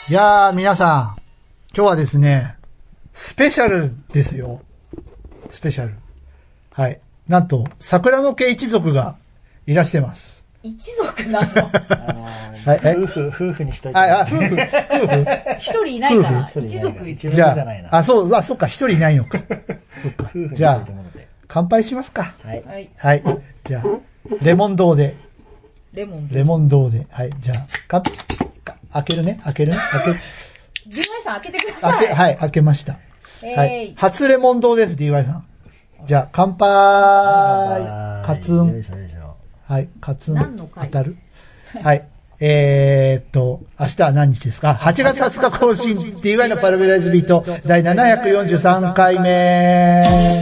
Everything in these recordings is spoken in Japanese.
いやー、皆さん、今日はですね、スペシャルですよ。スペシャル。はい。なんと、桜の家一族がいらしてます。 一族なのはい、 夫婦にしといて。 夫婦一人いないから、一族一じゃあ、そっか、一人いないのか。そっか。じゃあ、乾杯しますか。 はい。 はい。じゃあ、レモン堂で。レモン堂で。はい。じゃあ、開けるね。ジュンマイさん開けてください。 はい、開けました。はい。初レモン堂です、DY さん。じゃあ、乾杯。カツン。はい、カツン。当たる。はい。明日は何日ですか？ 8 月20日更新、DY のパルベライズビート第743回目。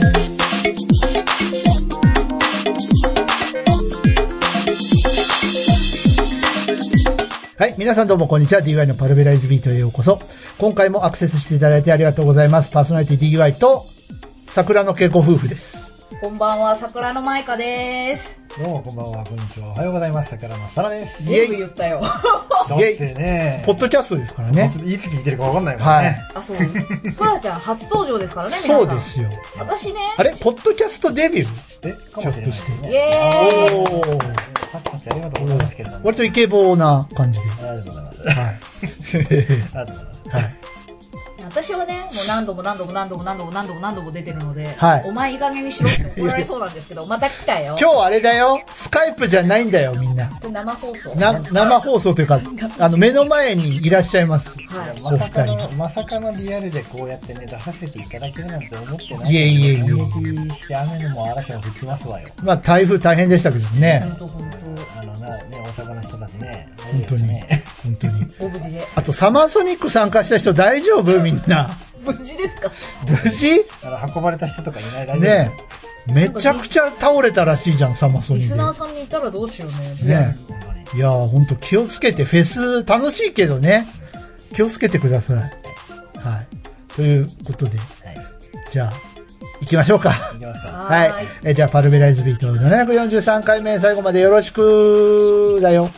はい、皆さんどうもこんにちは。DY のパルベライズビートへようこそ。今回もアクセスしていただいてありがとうございます。パーソナリティ DY と桜の家ご夫婦です。 こんばんは、桜の舞香です。 どうもこんばんは、こんにちは。おはようございます。桜のさらです。 全部言ったよ。 だってね、 ポッドキャストですからね。 いつ聞いてるかわかんないもんね。はい。 あ、そう。そらちゃん初登場ですからね、皆さん。 そうですよ。 私ね。 あれポッドキャストデビュー？ かもしれないですね。 イエーイ。 パチパチありがとうございますけれども。 割とイケボーな感じで。 ありがとうございます。 はい。 ありがとうございます。 はい。 私はね、もう何度も出てるので、 はい。 お前いい加減にしろって怒られそうなんですけど、また来たよ。 今日あれだよ、スカイプじゃないんだよ、みんな。 生放送。 生放送というか、目の前にいらっしゃいます。 はい。 まさかのリアルでこうやってね、出させていただけるなんて思ってない。 いえ。 攻撃して雨も嵐も降ってますわよ。 まあ台風大変でしたけどね。 本当。 大阪の人たちね。 本当に。 ご無事で。 あとサマーソニック参加した人大丈夫？みんな。 無事ですか？ 無事？ 運ばれた人とかいない？大丈夫？ ねえ。めちゃくちゃ倒れたらしいじゃん、サマーソニック。 リスナーさんにいたらどうしようね。ねえ。いやー、ほんと気をつけて、フェス楽しいけどね。気をつけてください。はい。ということで。じゃあ、行きましょうか。はい。じゃあ、パルベライズビート743回目、最後までよろしくだよ。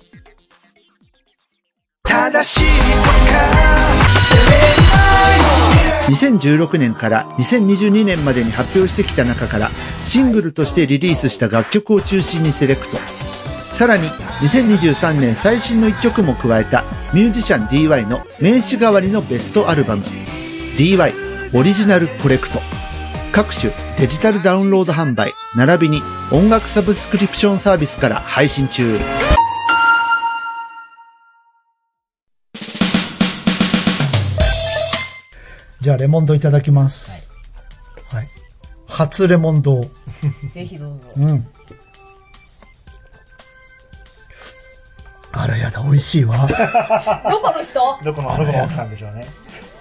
正しいとか2016年から2022年までに発表してきた中からシングルとしてリリースした楽曲を中心にセレクト。さらに2023年最新の1曲も加えたミュージシャン DY の名刺代わりのベストアルバム DY オリジナルコレクト。各種デジタルダウンロード販売並びに音楽サブスクリプションサービスから配信中。じゃあレモンドいただきます。はい。初レモンド。 ぜひどうぞ。 うん。あらやだ、美味しいわ。 どこの人？ どこの奥さんでしょうね。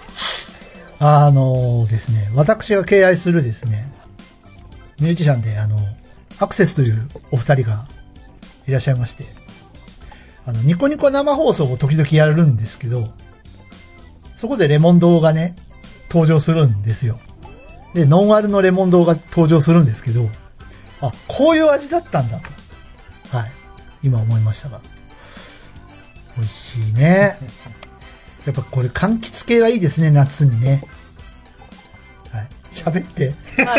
ですね、私が敬愛するですね、ミュージシャンでアクセスというお二人がいらっしゃいまして、ニコニコ生放送を時々やるんですけど、そこでレモン堂がね、登場するんですよ。で、ノンアルのレモン堂が登場するんですけど、あ、こういう味だったんだと。はい。今思いましたが。美味しいね。やっぱこれ柑橘系はいいですね、夏にね。はい。喋って。 はい。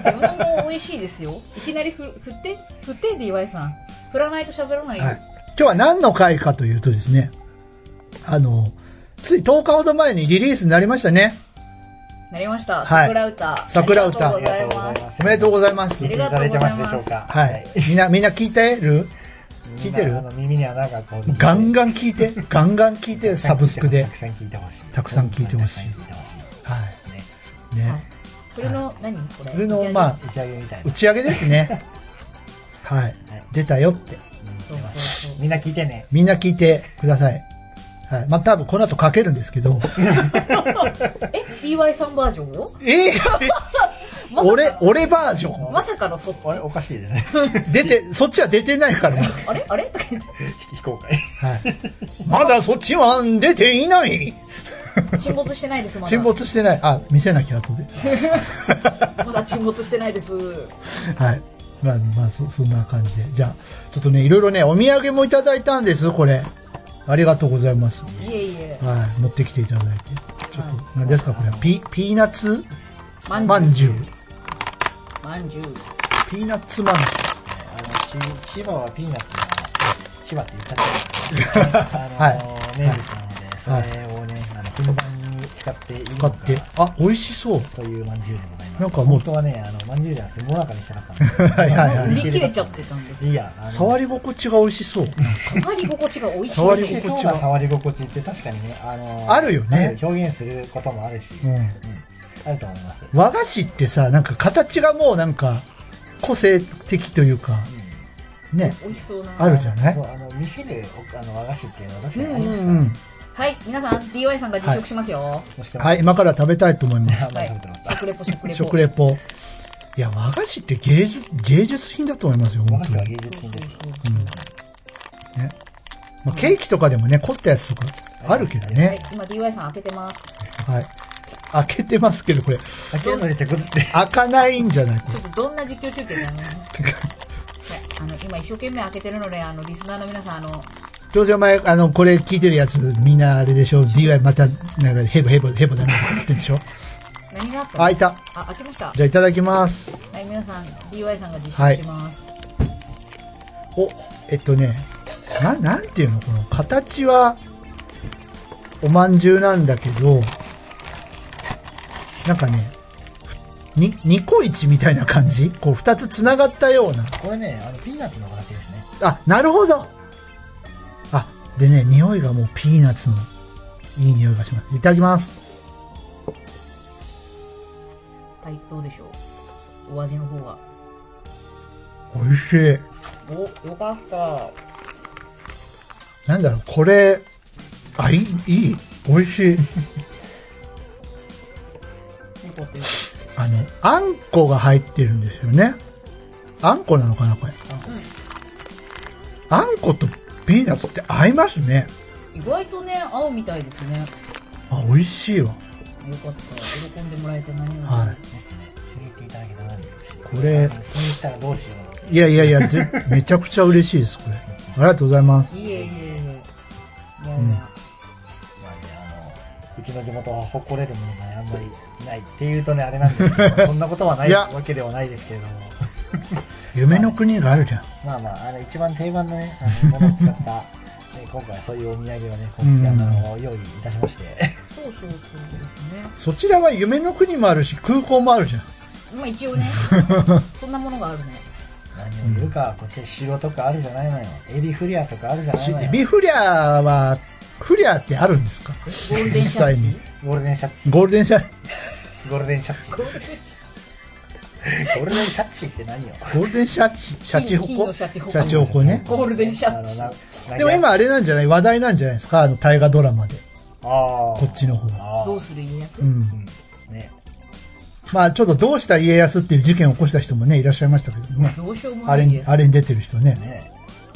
レモンも美味しいですよ。いきなり振って DY さん。振らないと喋らないよ。はい。 今日は何の回かというとですね、つい10日ほど前にリリースになりましたね。 なりました。 はい。 桜歌。 ありがとうございます。おめでとうございます。 ありがとうございます。 はい。みんな聞いてる？聞いてる？ 耳に穴がこう。 ガンガン聞いて、サブスクで。たくさん聞いてほしい。はい。ね。 それの、何これ？ それの、まあ、打ち上げですね。はい。出たよって。 みんな聞いてね。 みんな聞いてください。はい。まあ、多分この後かけるんですけど。 DY さんバージョンを？ 俺バージョン。 まさかのそっち。 あれおかしいですね。そっちは出てないからね。 あれ非公開。 はい。まだそっちは出ていない。 沈没してないです、まだ。 沈没してない。あ、見せなきゃ後で。 まだ沈没してないです。 はい。まあ、そんな感じで。じゃあ、ちょっとね、いろいろね、お土産もいただいたんです、これ。 ありがとうございます。 いえいえ。 はい、持ってきていただいて。ちょっと、何ですかこれは。ピーナッツまんじゅう。 まんじゅう。 まんじゅう。 ピーナッツまんじゅ千葉はピーナッツが、千葉って言ったら、 はい名物なので、それをね、ふんだんに使っているう。使って。あ、美味しそう。 というまんじゅうでございます。 なんかもう本当はね、まんじゅうじゃなくて、もなかにしたかったんですけど。 はいはいはい売り切れちゃってたんです。 いや、 触り心地が美味しそう。 触り心地が美味しい。 触り美味しそうな触り心地って確かにね、 あるよね表現することもあるし、 うん。 あると思います。 和菓子ってさ、なんか形がもうなんか、個性的というか、ね、 美味しそうな。 あるじゃないそう見せる和菓子っていうのは確かうんにありますから。 うん。 はい、皆さん、DY さんが実食しますよ。 そしてはい、今から食べたいと思います。 まだ食べてます。 食レポ、食レポ。 食レポ。いや、和菓子って芸術品だと思いますよ、本当に。 和菓子は芸術品です。 ね。まあ、ケーキとかでもね、凝ったやつとかあるけどはいね。、 今 DY さん開けてます。 はい。開けてますけど、これ、 開けるのに手こずって。 開かないんじゃないちょっとどんな実況中継だよね。今一生懸命開けてるので、リスナーの皆さん、 どうせお前、これ聞いてるやつ、みんなあれでしょ、DY また、なんか、ヘボだなって言ってるでしょ。 何があったの？ 開いた。 あ、開けました。 じゃあいただきます。 はい、皆さん、DY さんが実食します。 なんていうのこの形は、おまんじゅうなんだけど、なんかね、ニコイチみたいな感じこう二つ繋がったような。 これね、ピーナッツの形ですね。 あ、なるほど。あ、でね、匂いがもうピーナッツのいい匂いがします。いただきます。 はい、どうでしょう。お味の方は。 美味しい。 お、よかった。 なんだろう、これ、いい。美味しい。あんこが入ってるんですよね。あんこなのかな、これ。あんことピーナッツって合いますね。 意外とね、合うみたいですね。 あ、美味しいわ。 よかった。喜んでもらえて何より。 はい。 気に入っていただけたらこれ、 気に入ったらどうしよう。 いや、めちゃくちゃ嬉しいです、これ。ありがとうございます。 いえいえいえ。 うちの地元は誇れるものがあんまりないっていうとね、あれなんですけど、そんなことはないわけではないですけれども。 夢の国があるじゃん。 まあ、一番定番のね、ものを使った、今回はそういうお土産をね、用意いたしまして。 そうですね。 そちらは夢の国もあるし、空港もあるじゃん。 まあ一応ね、そんなものがあるね。 何を言うか、こっち城とかあるじゃないのよ。エビフリアとかあるじゃないのよ。 エビフリアは、フリアってあるんですか？ ゴールデンシャチ。 ゴールデンシャッチ。 ゴールデンシャゴールデンシャッチ。ゴールデンシャッチって何よ。 ゴールデンシャチ、シャチホコシャチホコね。 ゴールデンシャッチ。 でも今あれなんじゃない？話題なんじゃないですか？大河ドラマで。こっちの方。 どうする家康？ ね。 まあちょっとどうした家康っていう事件を起こした人もね、いらっしゃいましたけどね。 どうしようもないです。 あれに出てる人ね。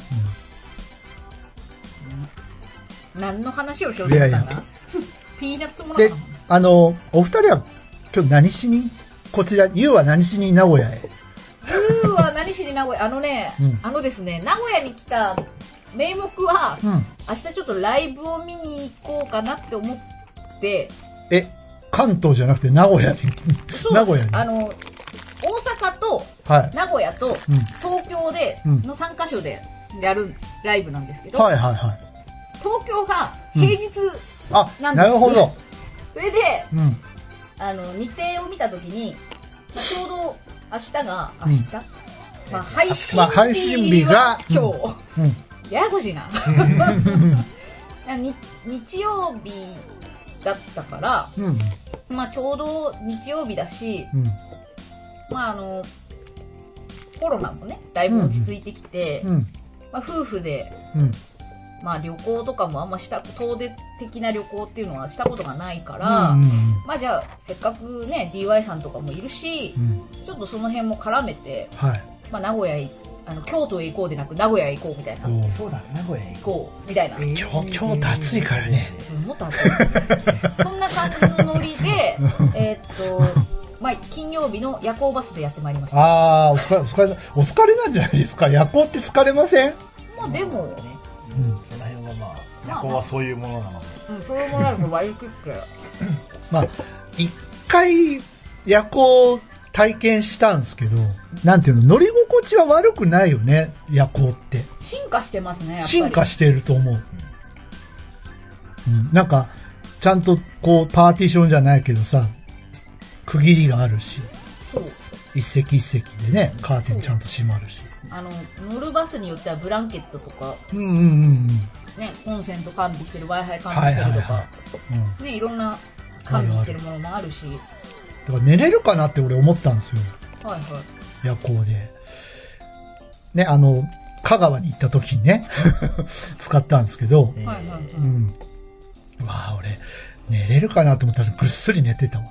何の話をしようとしたんだ？ピーナッツもらったで、お二人は今日何しに、こちら、ゆうは何しに名古屋へ。 ゆうは何しに名古屋、ですね、名古屋に来た名目は、明日ちょっとライブを見に行こうかなって思って、 関東じゃなくて名古屋に。名古屋に。 大阪と、名古屋と、東京で、の3カ所でやるライブなんですけど、東京が平日なんですよ。 なるほど。 それで、日程を見たときに、ちょうど明日、配信日が今日、ややこしいな。日曜日だったから、ちょうど日曜日だし、コロナもね、だいぶ落ち着いてきて、夫婦で、旅行とかもあんま遠出的な旅行っていうのはしたことがないから、じゃあ、せっかくね、DY さんとかもいるし、ちょっとその辺も絡めて、名古屋京都へ行こうでなく名古屋へ行こうみたいな。 そうだ、名古屋へ行こう。みたいな。 京都暑いからね。 もっと暑い。そんな感じのノリで、金曜日の夜行バスでやってまいりました。 お疲れなんじゃないですか。夜行って疲れません？ でも、 その辺は夜行はそういうものなので。 そういうものだと割り切って。 まあ、一回夜行体験したんですけど、なんていうの、乗り心地は悪くないよね、夜行って。 進化してますね、やっぱり。 進化してると思う。なんか、ちゃんとこう、パーティションじゃないけどさ、区切りがあるし、一席一席でね、カーテンちゃんと閉まるし。 乗るバスによってはブランケットとか、ね、コンセント完備してる、Wi-Fi 完備してるとか、ね、いろんな完備してるものもあるし。 だから寝れるかなって俺思ったんですよ。 はいはい。 夜行で。ね、香川に行った時にね、使ったんですけど、 はいはいはい。 わあ、俺、寝れるかなと思ったらぐっすり寝てたわ。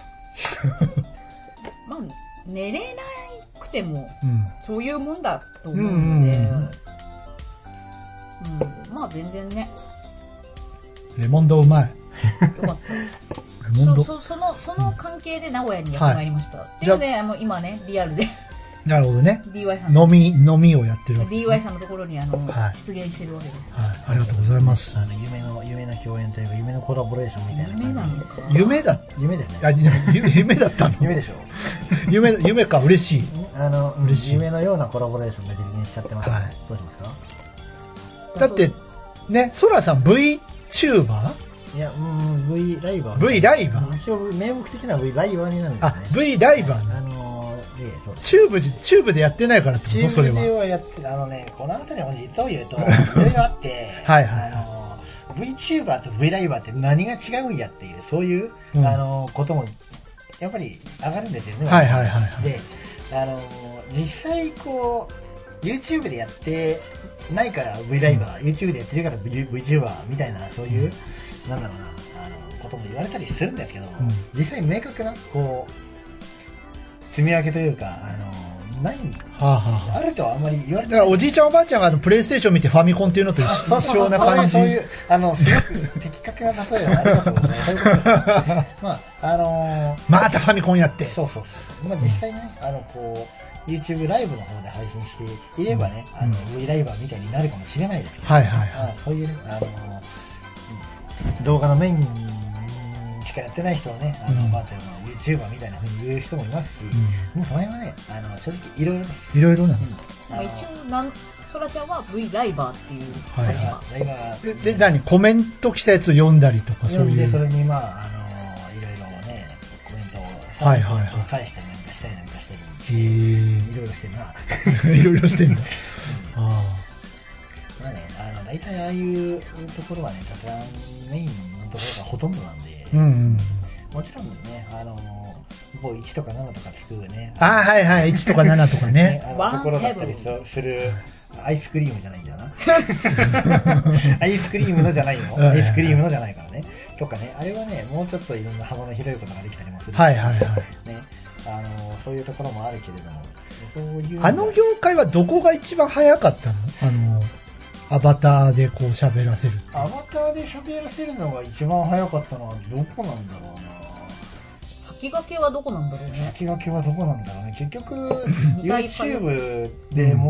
まあ、寝れなくても、そういうもんだと思うので、まあ全然ね。 レモンドうまい。 よかった。レモンドその関係で名古屋にやってまいりました。っていうね、今ね、リアルで。 なるほどね。 DY さん。 飲みをやってるわけ。 DY さんのところに出現してるわけです。 はい。ありがとうございます。 夢の共演というか、夢のコラボレーションみたいな。 夢なのか。 夢ですね。 夢だったの夢でしょ。 夢か、嬉しい。 嬉しい。夢のようなコラボレーションが実現しちゃってます。はい。どうしますか？ だって、ね、ソラさん VTuber？ いや、V ライバー。 V ライバー？ 一応、名目的な V ライバーになるんですね。 V ライバーチューブでやってないからってことそれは。 チューブではやって、このあたりも実を言うと、いろいろあって、 はいはい。 VTuber と V ライバーって何が違うんやっていう、そういう、ことも、やっぱり上がるんですよね。 はいはいはい。 で、実際こう、YouTube でやってないから V ライバー、YouTube でやってるから VTuber みたいな、そういう、なんだろうな、ことも言われたりするんですけど、実際明確な、こう、積み分けというか、ないんだ。あるとはあんまり言われてない。 だからおじいちゃんおばあちゃんがプレイステーション見てファミコンっていうのと一緒な感じ。 そういう、すごく的確な例えはありますよね。そういうことです。 またファミコンやって。 そう。まあ実際ね、こう、YouTube ライブの方で配信していればね、V ライバーみたいになるかもしれないですけど、そういうね、動画のメインしかやってない人はね、バーチャルのYouTuber みたいな風に言う人もいますし、もうその辺はね、正直いろいろです。 いろいろなの。 一応、ソラちゃんは V ライバーっていう立場。 で、 何コメント来たやつ読んだりとかそういう。 それにまあ、いろいろね、コメントを返したりなんかしたり、いろいろしてるな。 いろいろしてるんだ。 まあね、大体ああいうところはね、雑談メインのところがほとんどなんで、もちろんね、もう1とか7とかつくね。 はいはい、1とか7とかね。 ところだったりする、アイスクリームじゃないんだよな。アイスクリームのじゃないよ。アイスクリームのじゃないからね。とかね、あれはね、もうちょっといろんな幅の広いことができたりもするし。ね。そういうところもあるけれども。そういう。 業界はどこが一番早かったの？アバターでこう喋らせる。 アバターで喋らせるのが一番早かったのはどこなんだろうな。 先駆けはどこなんだろうね。 先駆けはどこなんだろうね。結局、YouTube でもって、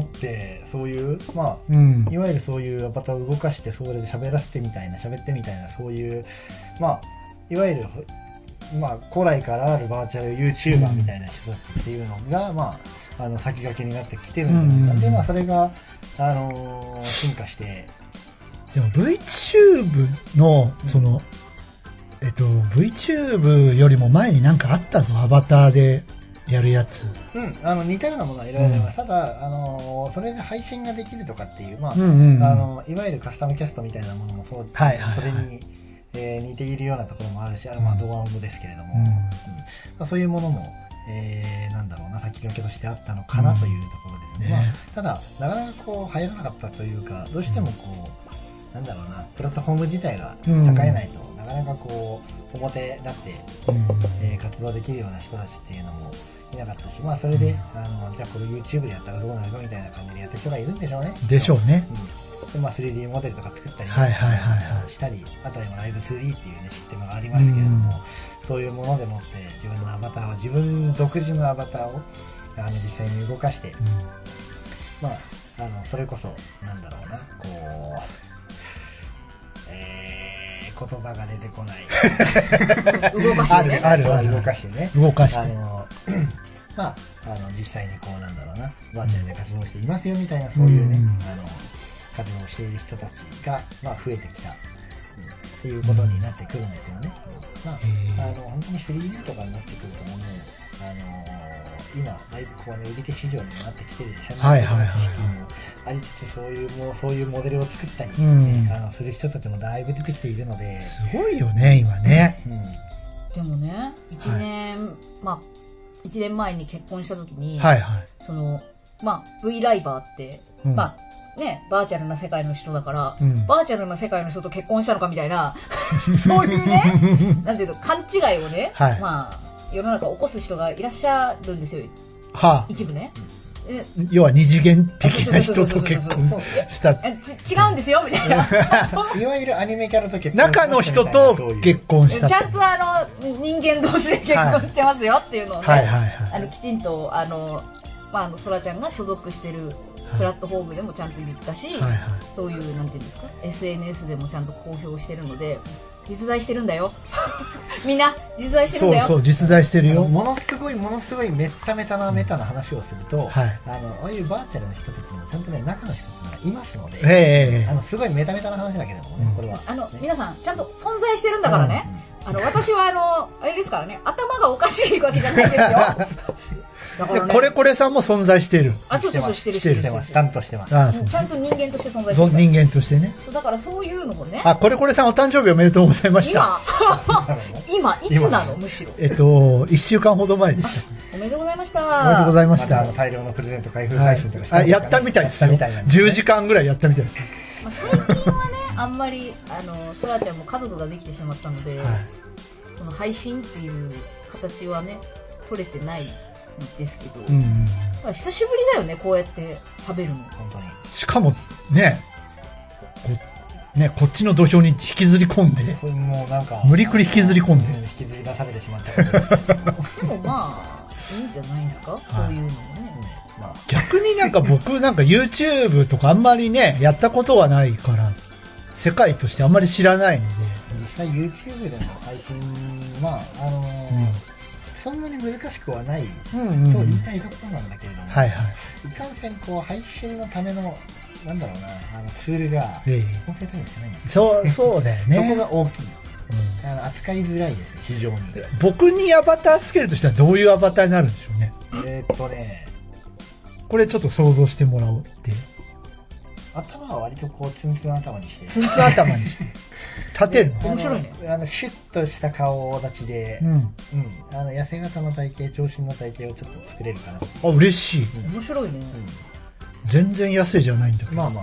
そういう、まあ、いわゆるそういうアバターを動かして、それで喋ってみたいな、そういう、まあ、いわゆる、まあ、古来からあるバーチャル YouTuber みたいな人たちっていうのが、まあ、先駆けになってきてるんじゃないか。で、まあ、それが、進化して。 でも VTube の、VTube よりも前になんかあったぞ、アバターでやるやつ。 似たようなものはいろいろあります。ただ、それで配信ができるとかっていう、まあ、いわゆるカスタムキャストみたいなものもそう、それに、似ているようなところもあるし、まあ、動画もですけれども、そういうものも、なんだろうな、先駆けとしてあったのかなというところですね。まあ、ただ、なかなかこう、流行らなかったというか、どうしてもこう、なんだろうな、プラットフォーム自体が栄えないと、なかなかこう、表立って、活動できるような人たちっていうのもいなかったし、まあそれで、じゃあこれ YouTube でやったらどうなるかみたいな感じでやってる人がいるんでしょうね。 でしょうね。 で、まあ 3D モデルとか作ったりしたり、あとは今ライブ 2D っていうね、システムがありますけれども、そういうものでもって自分のアバターを、自分独自のアバターを実際に動かして、まあ、それこそ、なんだろうな、こう、 言葉が出てこない。 動かしてね。 ある動かしてね。 動かして。 まあ、実際にこうなんだろうな、バーチャルで活動していますよみたいな、そういうね、活動している人たちが、まあ、増えてきた、っていうことになってくるんですよね。まあ、本当に 3D とかになってくるともう、今、だいぶこうね、売り手市場になってきてるでしょ。 はいはいはい。 ありつつ、そういうモデルを作ったり、する人たちもだいぶ出てきているので。 すごいよね、今ね。 でもね、1年前に結婚した時に、V ライバーって、バーチャルな世界の人だから、バーチャルな世界の人と結婚したのかみたいな、そういうね、なんていうの、勘違いをね、世の中起こす人がいらっしゃるんですよ。一部ね。 要は二次元的な人と結婚した。 違うんですよ、みたいな。 いわゆるアニメキャラと結婚中の人と結婚した。 ちゃんと人間同士で結婚してますよっていうのをね、きちんと、ソラちゃんが所属してるプラットフォームでもちゃんと言ったし、そういう、なんていうんですか、SNS でもちゃんと公表してるので、実在してるんだよ。みんな、実在してるんだよ。 そう、実在してるよ。 ものすごいメタな話をすると、ああいうバーチャルの人たちにもちゃんとね、中の人たちがいますので、すごいメタな話だけどもね、これは。 皆さん、ちゃんと存在してるんだからね。私はあれですからね、頭がおかしいわけじゃないですよ。 これさんも存在してる。 そう、してます。 ちゃんとしてます。 ちゃんと人間として存在してます。 人間としてね。 だからそういうのもね。 これさんお誕生日おめでとうございました。 今、いつなのむしろ。 1週間ほど前でした。 おめでとうございました。 おめでとうございました。 大量のプレゼント開封配信とかやったみたいですよ。10時間ぐらいやったみたいです。 最近はね、あんまり、ソラちゃんも家族ができてしまったので、その配信っていう形はね、取れてないですけど、久しぶりだよね、こうやって喋るの。 本当に。 しかもね、こっちの土俵に引きずり込んで、 もうなんか無理くり引きずり込んで、 引きずり出されてしまった。 でもまあ、いいんじゃないですか、そういうのもね。 逆になんか僕なんか YouTube とかあんまりね、やったことはないから、世界としてあんまり知らないので。 実際 YouTube での配信は、そんなに難しくはないと言いたいところなんだけれども、いかんせんこう配信のためのなんだろうなツールが音声対応してないんですよ。 そうだよね。 そこが大きい。扱いづらいです非常に。 僕にアバターつけるとしたらどういうアバターになるんでしょうね。これちょっと想像してもらおうって。 頭は割とこうツンツン頭にして。 ツンツン頭にして。立てるの面白いね。 シュッとした顔立ちで、痩せ型の体型、長身の体型をちょっと作れるかな。 嬉しい。 面白いね。 全然安いじゃないんだけど。 まあ。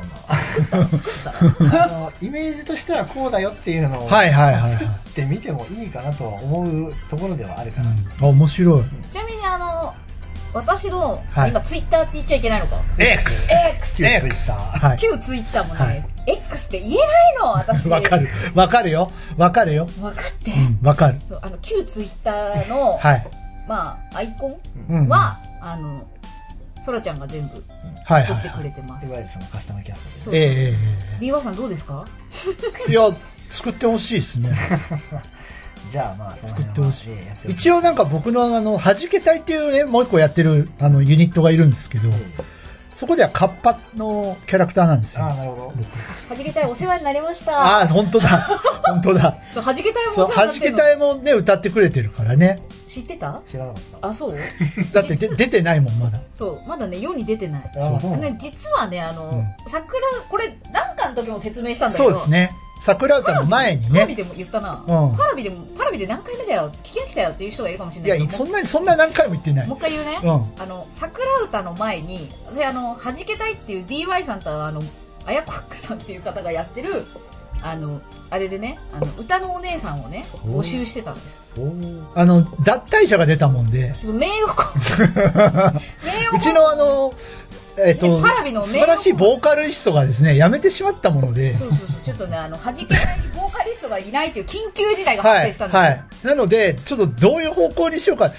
イメージとしてはこうだよっていうのを作ってみてもいいかなと思うところではあるかな。 面白い。 ちなみに私の、今ツイッターって言っちゃいけないのか。 X。 旧ツイッターもね、X って言えないの、私。 わかるよ。 わかって。 わかる。 旧ツイッターの、アイコンは、ソラちゃんが全部、作ってくれてます。 いわゆるそのカスタムキャストで。DY さんどうですか？ いや、作ってほしいですね。 じゃあまあ、 作ってほしい。一応なんか僕の弾け隊っていうね、もう一個やってるユニットがいるんですけど、そこではカッパのキャラクターなんですよ。 なるほど。 弾け隊お世話になりました。 本当だ。本当だ。 弾け隊もお世話になってる。そう、 弾け隊もね、歌ってくれてるからね。 知ってた？ 知らなかった。 そうだって出てないもん、まだ。 そう、まだね、世に出てない。 ね、 実はね、桜、これ、なんかの時も説明したんだけど。 そうですね。桜歌の前にね。 パラビでも言ったな。パラビで何回目だよ、聞き飽きたよっていう人がいるかもしれないけど。 いや、そんな何回も言ってない。 もう一回言うね。桜歌の前に、弾けたいっていう DY さんとあやこくさんっていう方がやってる、あれでね、歌のお姉さんをね、募集してたんです。 脱退者が出たもんで。 ちょっと名誉うちの素晴らしいボーカリストがですね、辞めてしまったもので。 そう、ちょっとね、弾けないボーカリストがいないという緊急事態が発生したんですよ。なので、ちょっとどういう方向にしようかって、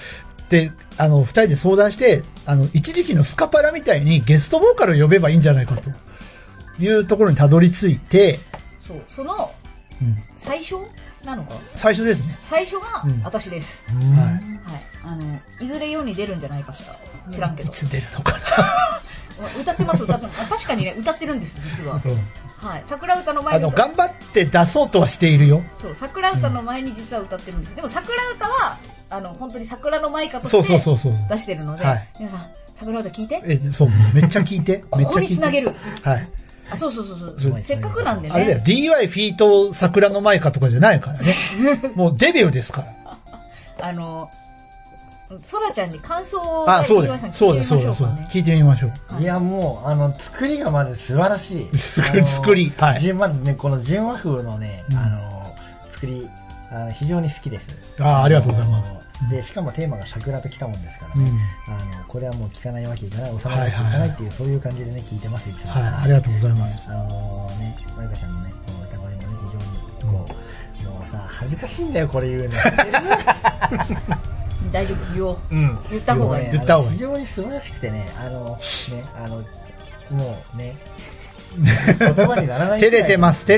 二人で相談して、一時期のスカパラみたいにゲストボーカルを呼べばいいんじゃないかというところにたどり着いて、 その、 最初なのか最初ですね。 最初が私です。はい。いずれ世に出るんじゃないかしら。知らんけど。 いつ出るのかな歌ってます。確かにね、歌ってるんです、実は。はい。桜歌の前に。 頑張って出そうとはしているよ。 そう、桜歌の前に実は歌ってるんです。でも桜歌は、本当に桜の舞歌として出してるので、皆さん、桜歌聞いて。 そう、めっちゃ聞いて。 ここに繋げる。 はい。 そう。せっかくなんでね。 あれだよ、DY フィート桜の舞歌とかじゃないからね。もうデビューですから。 ソラちゃんに感想を、 そうだ、聞いてみましょう。 いや、もう、作りがまず素晴らしい。 作り。はい。 まずね、この純和風のね、作り、非常に好きです。 ありがとうございます。 で、しかもテーマが桜と来たもんですからね。これはもう聞かないわけいかない、収まるわけいかないっていう、そういう感じでね、聞いてます、いつも。 はい、ありがとうございます。 ね、まゆかちゃんのね、この歌声もね、非常に、もうさ、恥ずかしいんだよ、これ言うの。 大丈夫、言おう。言った方がいい。 非常に素晴らしくてね、もうね、言葉にならない。 照れてます。 ソ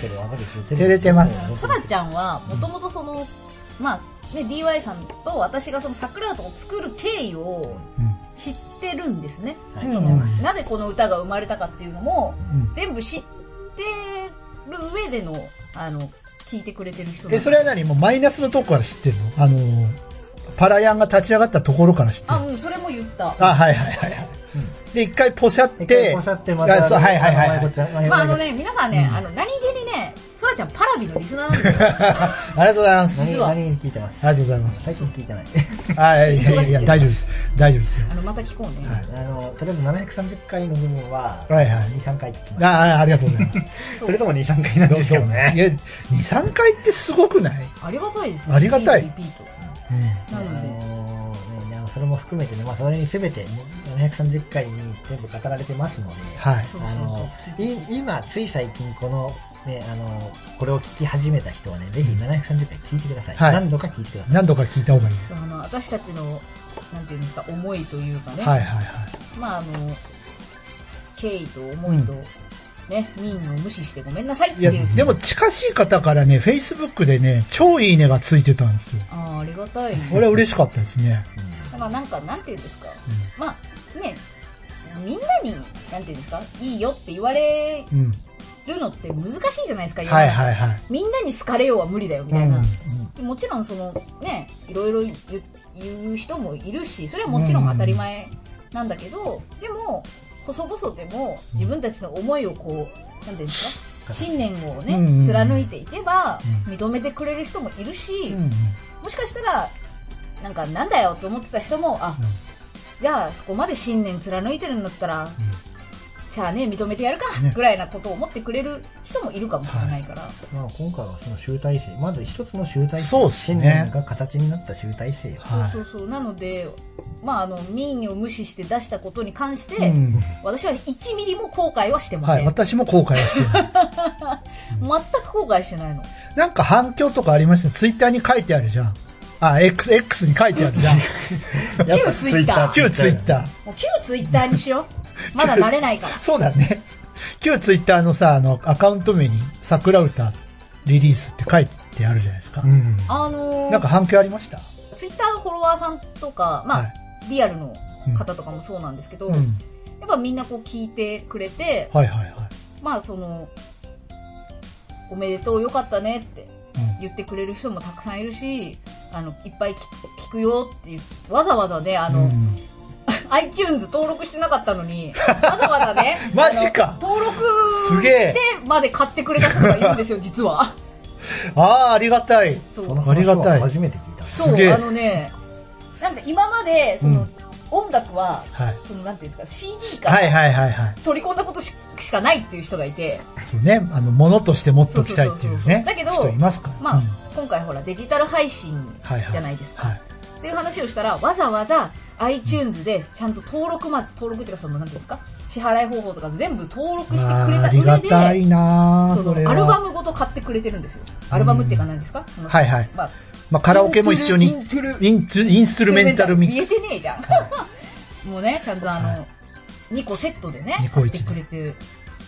ラちゃんは、もともとまあ、ね、DY さんと私がその桜歌を作る経緯を知ってるんですね。なぜこの歌が生まれたかっていうのも、全部知ってる上での、聞いてくれてる人。 それは何もうマイナスのとこから知ってるの？パラヤンが立ち上がったところから知ってる。 それも言った。 はい。で、一回ポシャって、 また、 まあ皆さんね、何気にね、ソラちゃんパラビのリスナーなんですよ。 ありがとうございます。 何気に聞いてます。 ありがとうございます。 最近聞いてない。 いや、大丈夫です。大丈夫ですよ。 また聞こうね。 とりあえず730回の部分は、2、3回聞きます。 ありがとうございます。 それとも2、3回なんですよね。 いや、2、3回ってすごくない？ ありがたいですね。 ありがたい。 リピート。なので。 それも含めてね、それに全て730回に全部語られてますので、今、つい最近この、ね、これを聞き始めた人はね、ぜひ730回聞いてください。何度か聞いてください。 何度か聞いた方がいい。 私たちの、なんていうんですか、思いというかね。まあ、敬意と思いと、ね、民を無視してごめんなさいっていう。いや、 でも近しい方からね、Facebook でね、超いいねがついてたんですよ。 ありがたい。 これは嬉しかったですね。 なんか、なんていうんですか。まあ、ね、みんなに、なんていうんですか、いいよって言われるのって難しいじゃないですか、みんなに好かれようは無理だよ、みたいな。もちろんね、いろいろ言う人もいるし、それはもちろん当たり前なんだけど、でも、細々でも自分たちの思いをこう、なんていうんですか、信念をね、貫いていけば、認めてくれる人もいるし、もしかしたら、なんだよって思ってた人も、じゃあそこまで信念貫いてるんだったら、じゃあね、認めてやるか、ぐらいなことを思ってくれる人もいるかもしれないから。 今回はその集大成、まず一つの集大成、信念が形になった集大成よ。 そう。なので、まあ民意を無視して出したことに関して、私は1ミリも後悔はしてません。 私も後悔はしてない。 全く後悔してないの。 なんか反響とかありました？ツイッターに書いてあるじゃん。X に書いてあるじゃん。 旧ツイッター。 旧ツイッター。 もう旧ツイッターにしよう。まだ慣れないから。 そうだね。旧ツイッターのさ、アカウント名に桜歌リリースって書いてあるじゃないですか。なんか反響ありました？ ツイッターのフォロワーさんとか、まあ、リアルの方とかもそうなんですけど、やっぱみんなこう聞いてくれて、まあおめでとうよかったねって言ってくれる人もたくさんいるし、いっぱい聞くよってわざわざね、iTunes 登録してなかったのに、わざわざね、 マジか登録してまで買ってくれた人がいるんですよ、実は。 ありがたい。ありがたい。 初めて聞いた。 そう、なんか今まで、音楽は、なんていうんですか、CD から取り込んだことしかないっていう人がいて。 そうね、物として持っときたいっていうね。 だけど、 人いますから。 まあ、今回ほら、デジタル配信じゃないですか。っていう話をしたら、わざわざ iTunes でちゃんと登録っていうか、なんていうんですか、支払い方法とか全部登録してくれた上で、 ありがたいなそれアルバムごと買ってくれてるんですよ。アルバムっていうか何ですか？ まあ、カラオケも一緒に、インストゥルメンタルミックス。 言えてねえじゃん。もうね、ちゃんと2個セットでね、買ってくれて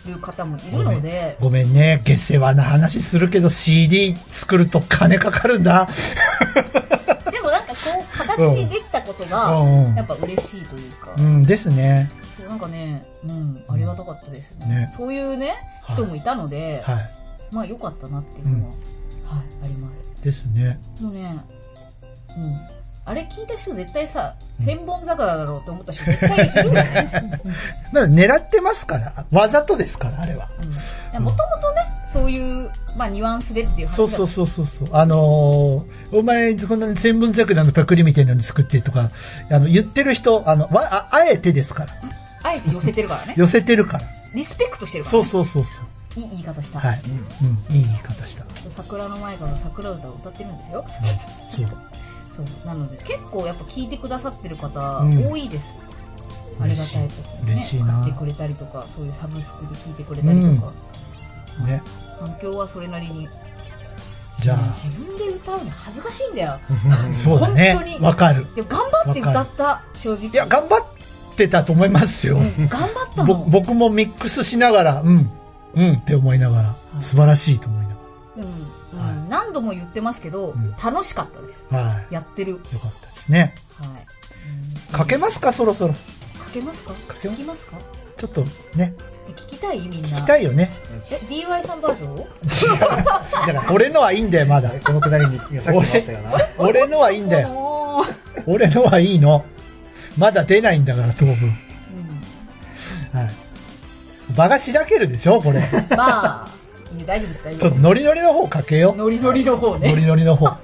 る方もいるので。 ごめんね、下世話な話するけど CD 作ると金かかるんだ。 でもなんかこう、形にできたことが、やっぱ嬉しいというか。 ですね。 なんかね、ありがたかったですね。そういうね、人もいたので、まあ良かったなっていうのは、あります。 ですね。 もうね、あれ聞いた人絶対さ、千本桜だろうって思った人絶対いるよね。 狙ってますから、わざとですから、あれは。 もともとね、そういう、まあニュアンスでっていう話。 そう。お前、こんな千本桜のパクリみたいなの作ってとか、言ってる人、あえてですから。 あえて寄せてるからね。 寄せてるから。 リスペクトしてるからね。 そう。 いい言い方した。 はい。いい言い方した。 桜の前から桜歌を歌ってるんですよ。そう。なので、結構やっぱ聞いてくださってる方、多いです。ありがたいことにね。 嬉しいな。 買ってくれたりとか、そういうサブスクで聞いてくれたりとか。ね。反響はそれなりに。 じゃあ。 自分で歌うの恥ずかしいんだよ。 そうだね。本当に。わかる。 頑張って歌った、正直。 いや、頑張ってたと思いますよ。 頑張ったもん。 僕もミックスしながら、って思いながら、素晴らしいと思いながら。 何度も言ってますけど、楽しかったです。やってる。よかったですね。かけますか、そろそろ。 かけますか？聞きますか？ ちょっとね。 聞きたい？みんな。 聞きたいよね。 DY さんバージョン？ 違う。だから俺のはいいんだよ、まだ。 このくだりにさっきもあったよな。 俺のはいいんだよ。俺のはいいの。まだ出ないんだから、当分。はい。場がしらけるでしょ、これ。 まあ、大丈夫です、大丈夫です。 ちょっとノリノリの方かけよう。 ノリノリの方ね。 ノリノリの方。はい、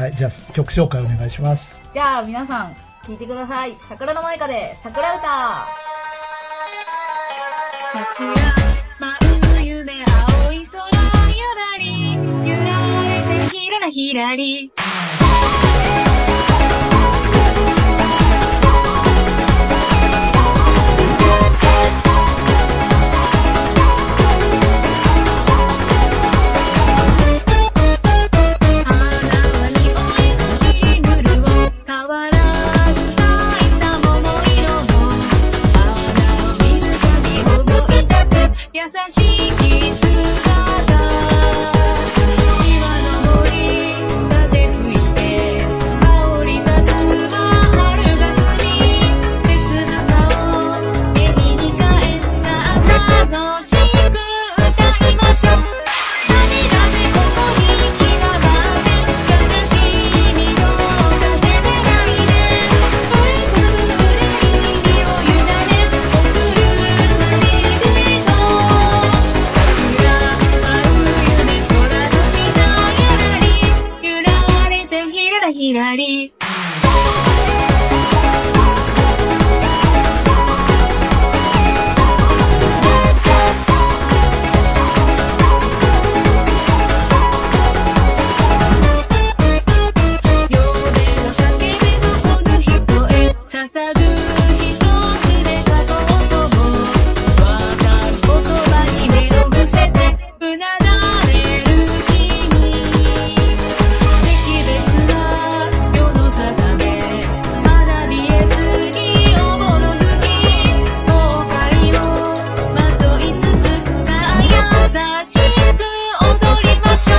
じゃあ曲紹介お願いします。 じゃあ皆さん、聴いてください。桜の舞香で、桜歌。 桜舞う夢青い空ゆらり揺られてひららひらり優しき姿今の森風吹いて香り立つは春が過ぎ切なさを絵に変えた楽しく歌いましょう涙でここに気が舞って悲しみの風でないで降り注ぐ腕に身を委ね送る旅人ひらり捧ぐ一つで書こうともわかる言葉に目を伏せてうなだれる君惜別な世の定め学びえずにおぼろ月後悔をまといつつさあ優しく踊りましょう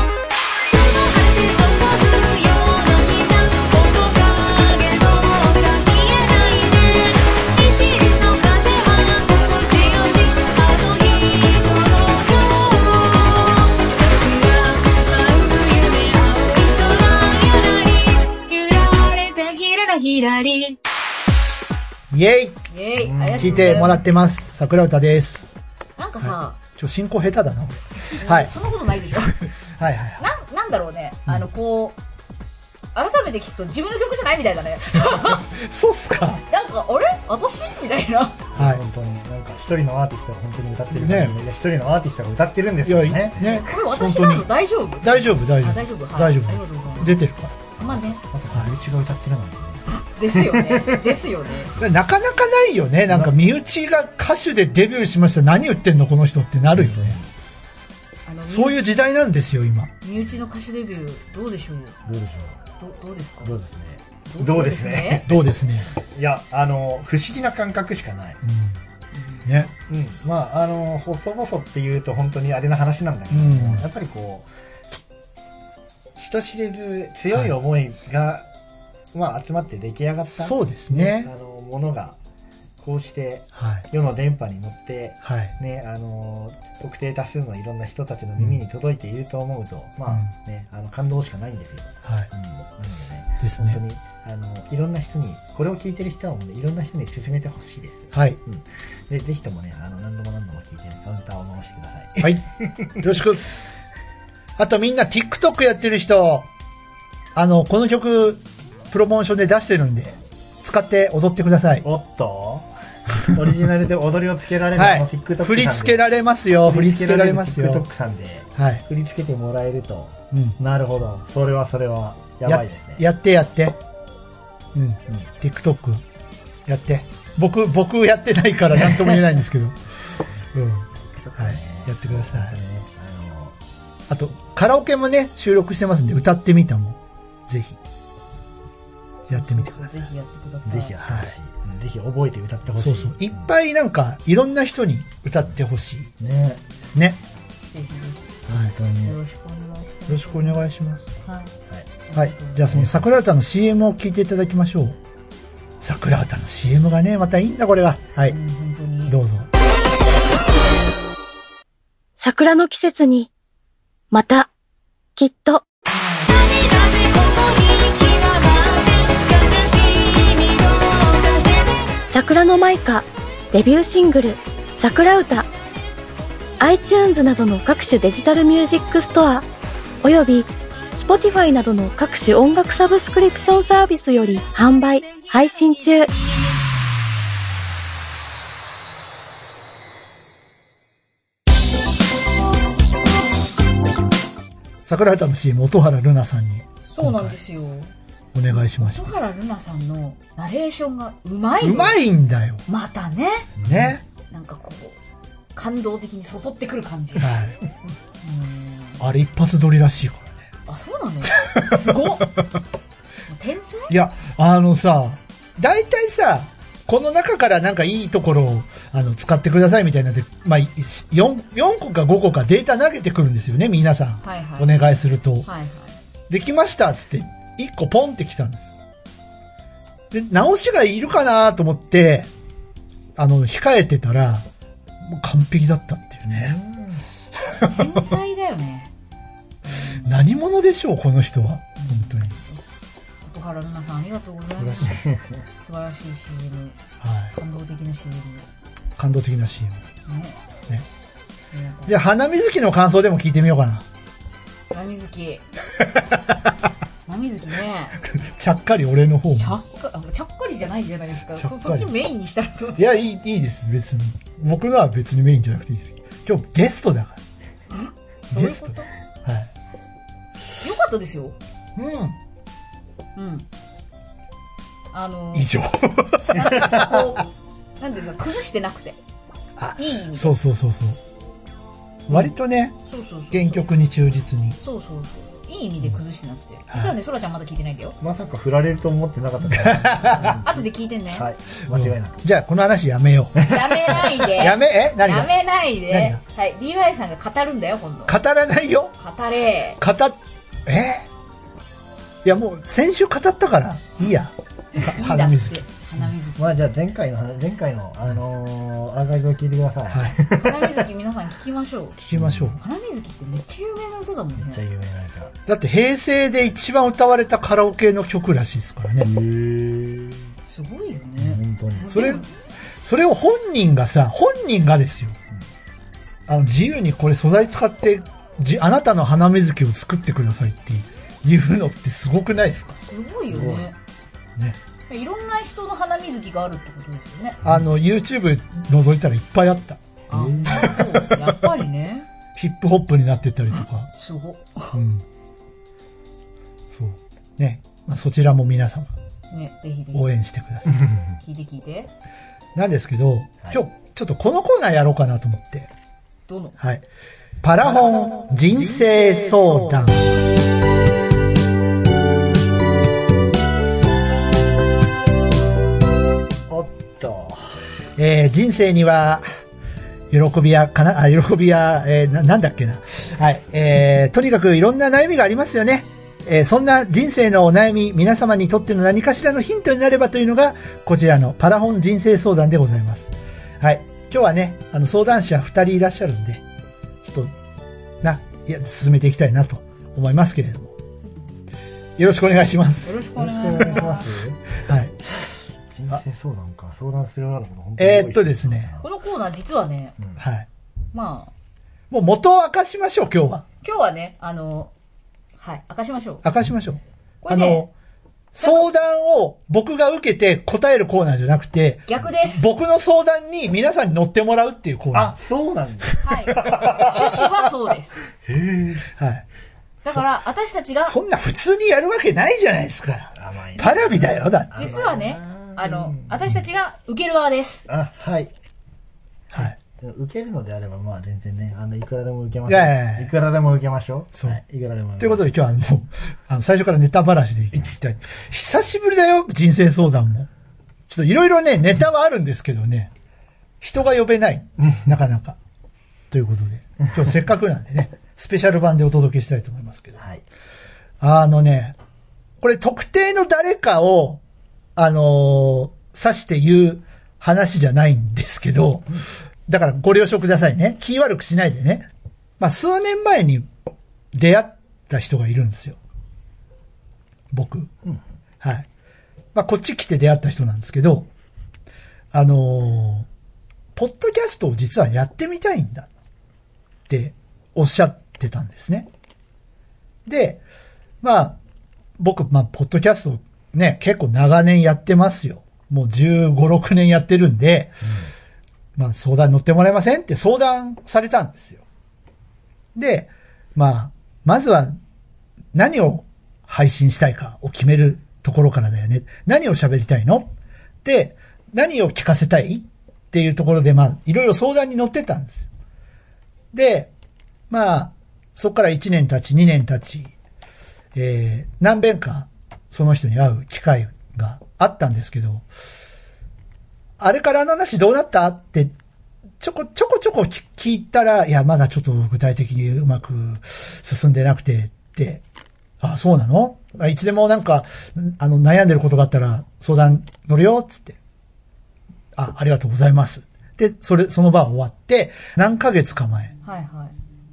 ひらりイェイ聞いてもらってます。桜歌です。 なんかさ、 進行下手だな、はい。 そんなことないでしょはい。 なんだろうね、こう、改めて聞くと自分の曲じゃないみたいだね。 そうっすか。 なんか、あれ私みたいな。 はい。本当に、なんか一人のアーティストが本当に歌ってるね。一人のアーティストが歌ってるんですよね。 ね。これ私なの大丈夫？ 大丈夫。 大丈夫。 出てるから。 まあね。 あと、身内が歌ってなかったね。 ですよね。 なかなかないよね。なんか身内が歌手でデビューしました。何言ってんのこの人ってなるよね。そういう時代なんですよ、今。 身内の歌手デビュー、どうでしょう？どうですか？ どうですね。どうですね。 どうですね。 いや、不思議な感覚しかない。 ね。 まあ、細々って言うと本当にあれな話なんだけど、やっぱりこう、人知れず強い思いが、まあ集まって出来上がった。 そうですね。 ものが、こうして、世の電波に乗って、ね、特定多数のいろんな人たちの耳に届いていると思うと、まあね、感動しかないんですよ。なのでね、本当に、いろんな人に、これを聞いてる人はもうね、いろんな人に勧めてほしいです。で、ぜひともね、何度も聞いて、カウンターを回してください。 よろしく。あとみんな TikTok やってる人、この曲、プロモーションで出してるんで、使って踊ってください。 おっとオリジナルで踊りをつけられる、TikTok さんで。 振り付けられますよ、振り付けられますよ。 TikTok さんで、振り付けてもらえると、なるほど。それは、やばいですね。 やって。TikTok、やって。僕やってないから何とも言えないんですけど。やってください。あと、カラオケもね、収録してますんで、歌ってみたも、ぜひ。やってみてください。 ぜひやってください。 ぜひやってほしい。ぜひ覚えて歌ってほしい。 そう。いっぱいなんか、いろんな人に歌ってほしい。ね。 ぜひ。 本当に。 よろしくお願いします。 よろしくお願いします。はい。じゃあその桜歌の CM を聞いていただきましょう。桜歌の CM がね、またいいんだこれが。はい。本当に。どうぞ。 桜の季節に、また、きっと。桜のマイカデビューシングル桜歌 iTunes などの各種デジタルミュージックストアおよび Spotify などの各種音楽サブスクリプションサービスより販売配信中。 桜歌の CM 音原ルナさんにそうなんですよお願いしました。 音原ルナさんのナレーションがうまい。 うまいんだよ。 またね。 ね。 なんかこう、感動的にそそってくる感じ。 あれ一発撮りらしいからね。 あ、そうなのすごっ天才いや、大体さ、この中からなんかいいところを使ってくださいみたいなで、まあ、4個か5個かデータ投げてくるんですよね、皆さん。お願いすると。できましたっつって、1個ポンってきたんです。で、直しがいるかなと思って、控えてたら、もう完璧だったっていうね。 天才だよね。 何者でしょう、この人は。本当に。 音原ルナさんありがとうございます。素晴らしい CM。感動的な CM。 感動的な CM。ね。じゃあ、花水木の感想でも聞いてみようかな。 花水木。花水木ね。 ちゃっかり俺の方も。 ちゃっかりじゃないじゃないですか。そっちメインにしたら。いや、いいです、別に。僕のは別にメインじゃなくていいです。今日ゲストだから。 ゲスト。よかったですよ。以上。 なんですか、崩してなくて。いい意味で。 そう。割とね、原曲に忠実に。 そう。いい意味で崩してなくて。実はね、ソラちゃんまだ聞いてないんだよ。 まさか振られると思ってなかったから。 後で聞いてね。 はい。間違いなく。 じゃあ、この話やめよう。 やめないで。 何がやめないで。はい。DY さんが語るんだよ、今度。 語らないよ。 語れ。 いや、もう、先週語ったから、いいや。 花水木。 まあじゃあ前回のアーカイブを聞いてください。 花水木皆さん聞きましょう。 聞きましょう。 花水木ってめっちゃ有名な歌だもんね。 めっちゃ有名な歌。 だって平成で一番歌われたカラオケの曲らしいですからね。 すごいよね。 本当に。 それを本人がですよ。自由にこれ素材使って、あなたの花水木を作ってくださいっていうのってすごくないですか？ すごいよね。 ね。 いろんな人の花水木があるってことですよね。 YouTube 覗いたらいっぱいあった。 やっぱりね。 ヒップホップになってたりとか。 すご。 そう。ね。まあ、そちらも皆様。 ね、ぜひ応援してください。 聞いて。 なんですけど、今日、ちょっとこのコーナーやろうかなと思って。 どの？ はい。パラホン人生相談。 人生には、喜びや、なんだっけな。はい。とにかくいろんな悩みがありますよね。そんな人生のお悩み、皆様にとっての何かしらのヒントになればというのが、こちらのパラホン人生相談でございます。はい。今日はね、相談者2人いらっしゃるんで、ちょっと、進めていきたいなと思いますけれども。よろしくお願いします。 よろしくお願いします。 はい。 人生相談か、相談するようなこと本当に多いですね。 このコーナー実はね、 はい。 まあ。 もう元を明かしましょう、今日は。 今日はね、はい、明かしましょう。 明かしましょう。相談を僕が受けて答えるコーナーじゃなくて、 逆です。 僕の相談に皆さんに乗ってもらうっていうコーナー。 あ、そうなんだ。 はい。趣旨はそうです。 へぇ。 はい。 だから、私たちが。 そんな普通にやるわけないじゃないですか。パラビだよ、だって。 実はね、私たちが受ける側です。 あ、はい。 はい。 受けるのであれば、まあ全然ね、いくらでも受けましょう。いくらでも受けましょう。 そう。 いくらでも。 ということで今日はもう、最初からネタ話でいきたい。久しぶりだよ、人生相談も。ちょっといろいろね、ネタはあるんですけどね、人が呼べない。なかなか。ということで、今日せっかくなんでね、スペシャル版でお届けしたいと思いますけど。 はい。 これ特定の誰かを、指して言う話じゃないんですけど、だからご了承くださいね。気悪くしないでね。まあ、数年前に出会った人がいるんですよ。僕。 うん、 はい。まあ、こっち来て出会った人なんですけど、ポッドキャストを実はやってみたいんだっておっしゃってたんですね。で、まあ、僕、ポッドキャストね、結構長年やってますよ。もう15、6年やってるんで、まあ相談に乗ってもらえませんって相談されたんですよ。で、まずは何を配信したいかを決めるところからだよね。何を喋りたいの？で、何を聞かせたいっていうところで、いろいろ相談に乗ってたんですよ。で、そこから1年経ち、2年経ち、何遍かその人に会う機会があったんですけど、あれから話どうなったってちょこ聞いたら、いや、まだちょっと具体的にうまく進んでなくてって、あ、そうなの？いつでもなんか、悩んでることがあったら相談乗るよ、つって。ありがとうございます。で、その場は終わって、何ヶ月か前。 はいはい。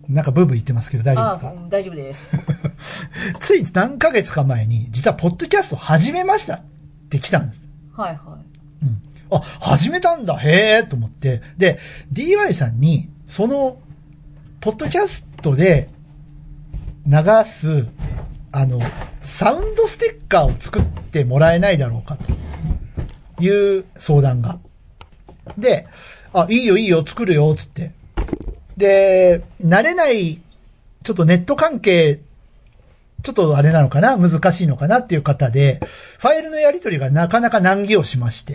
なんかブーブー言ってますけど大丈夫ですか？ 大丈夫です。 つい何ヶ月か前に、実はポッドキャスト始めましたって来たんです。 はいはい。 始めたんだ、へーと思って。で、DY さんに、その、ポッドキャストで流す、サウンドステッカーを作ってもらえないだろうかという相談が。で、いいよ、作るよ、つって。で、慣れない、ちょっとネット関係、ちょっとあれなのかな、難しいのかなっていう方で、ファイルのやり取りがなかなか難儀をしまして、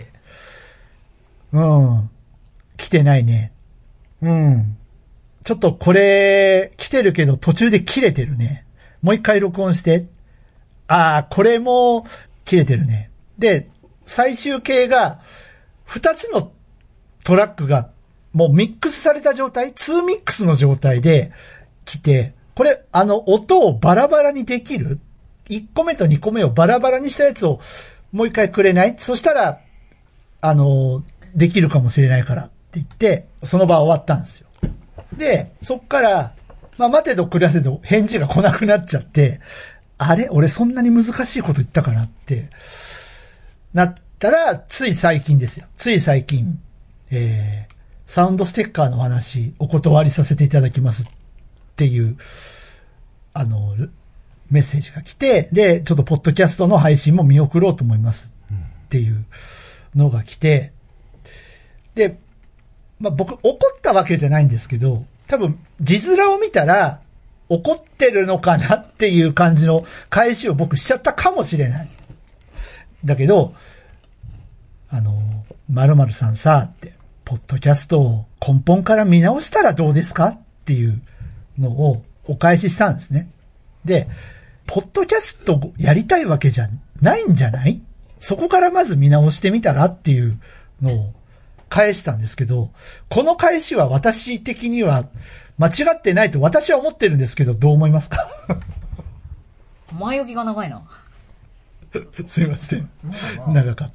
来てないね。ちょっとこれ、来てるけど途中で切れてるね。もう一回録音して。これも切れてるね。で、最終形が、2つのトラックが、もうミックスされた状態、2ミックスの状態で来て、これ、音をバラバラにできる？ 1 個目と2個目をバラバラにしたやつをもう一回くれない？そしたら、できるかもしれないからって言って、その場は終わったんですよ。で、そっから、待てど暮らせど返事が来なくなっちゃって、あれ？俺そんなに難しいこと言ったかなって、なったら、つい最近ですよ。つい最近、サウンドステッカーの話、お断りさせていただきますっていう、メッセージが来て、で、ちょっとポッドキャストの配信も見送ろうと思いますっていうのが来て、で、僕怒ったわけじゃないんですけど、多分字面を見たら怒ってるのかなっていう感じの返しを僕しちゃったかもしれない。だけど、〇〇さんさって、ポッドキャストを根本から見直したらどうですかっていうのをお返ししたんですね。で、ポッドキャストやりたいわけじゃないんじゃない？そこからまず見直してみたらっていうのを返したんですけど、この返しは私的には間違ってないと私は思ってるんですけど、どう思いますか？ 前置きが長いな。 すいません。長かった。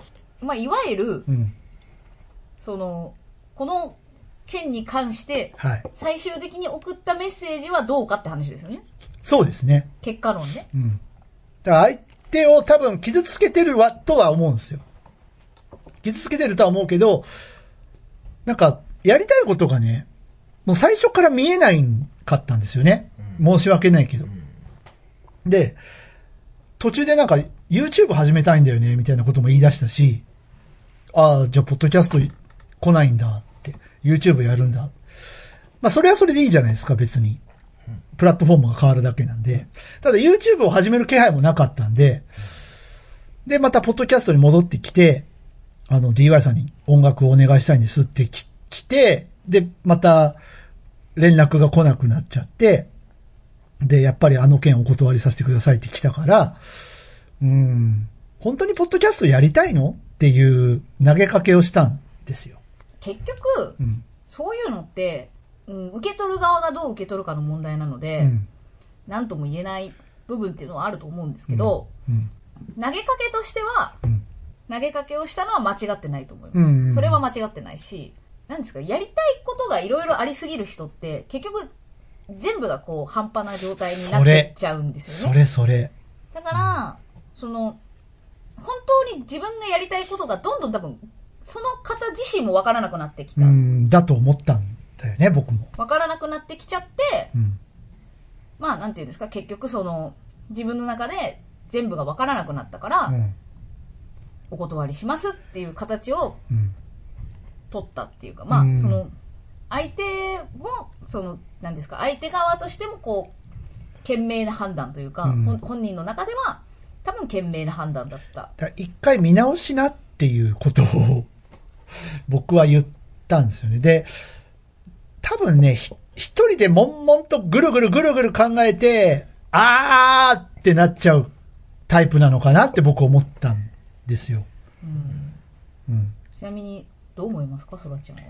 まあ、いわゆる、この件に関して、最終的に送ったメッセージはどうかって話ですよね。 そうですね。 結果論ね。 だから相手を多分傷つけてるとは思うんですよ。傷つけてるとは思うけど、なんか、やりたいことがね、もう最初から見えないかったんですよね。申し訳ないけど。で、途中でなんか YouTube 始めたいんだよね、みたいなことも言い出したし、ああ、じゃあポッドキャスト来ないんだって、YouTube やるんだ。まあそれはそれでいいじゃないですか、別に。プラットフォームが変わるだけなんで。ただ YouTube を始める気配もなかったんで、で、またポッドキャストに戻ってきて、DY さんに音楽をお願いしたいんですって来て、で、また連絡が来なくなっちゃって、で、やっぱり件お断りさせてくださいって来たから、本当にポッドキャストやりたいのっていう投げかけをしたんですよ。 結局、そういうのって、受け取る側がどう受け取るかの問題なので、何とも言えない部分っていうのはあると思うんですけど、投げかけとしては、投げかけをしたのは間違ってないと思います。それは間違ってないし、なんですか、やりたいことがいろいろありすぎる人って、結局、全部がこう、半端な状態になってっちゃうんですよね。 それ。 だから、本当に自分がやりたいことがどんどん多分、その方自身もわからなくなってきた。 だと思ったんだよね、僕も。 わからなくなってきちゃって、まあ、なんていうんですか、結局自分の中で全部がわからなくなったから、お断りしますっていう形を取ったっていうか、まあ、相手も、なんですか、相手側としてもこう、賢明な判断というか、本人の中では多分賢明な判断だった。 一回見直しなっていうことを僕は言ったんですよね。で、多分ね、一人で悶々とぐるぐる考えて、あーってなっちゃうタイプなのかなって僕思ったんですよ。 ちなみに、どう思いますか、そらちゃんは。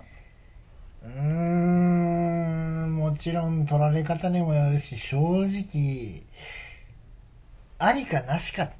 もちろん取られ方にもよるし、正直、ありかなしかって、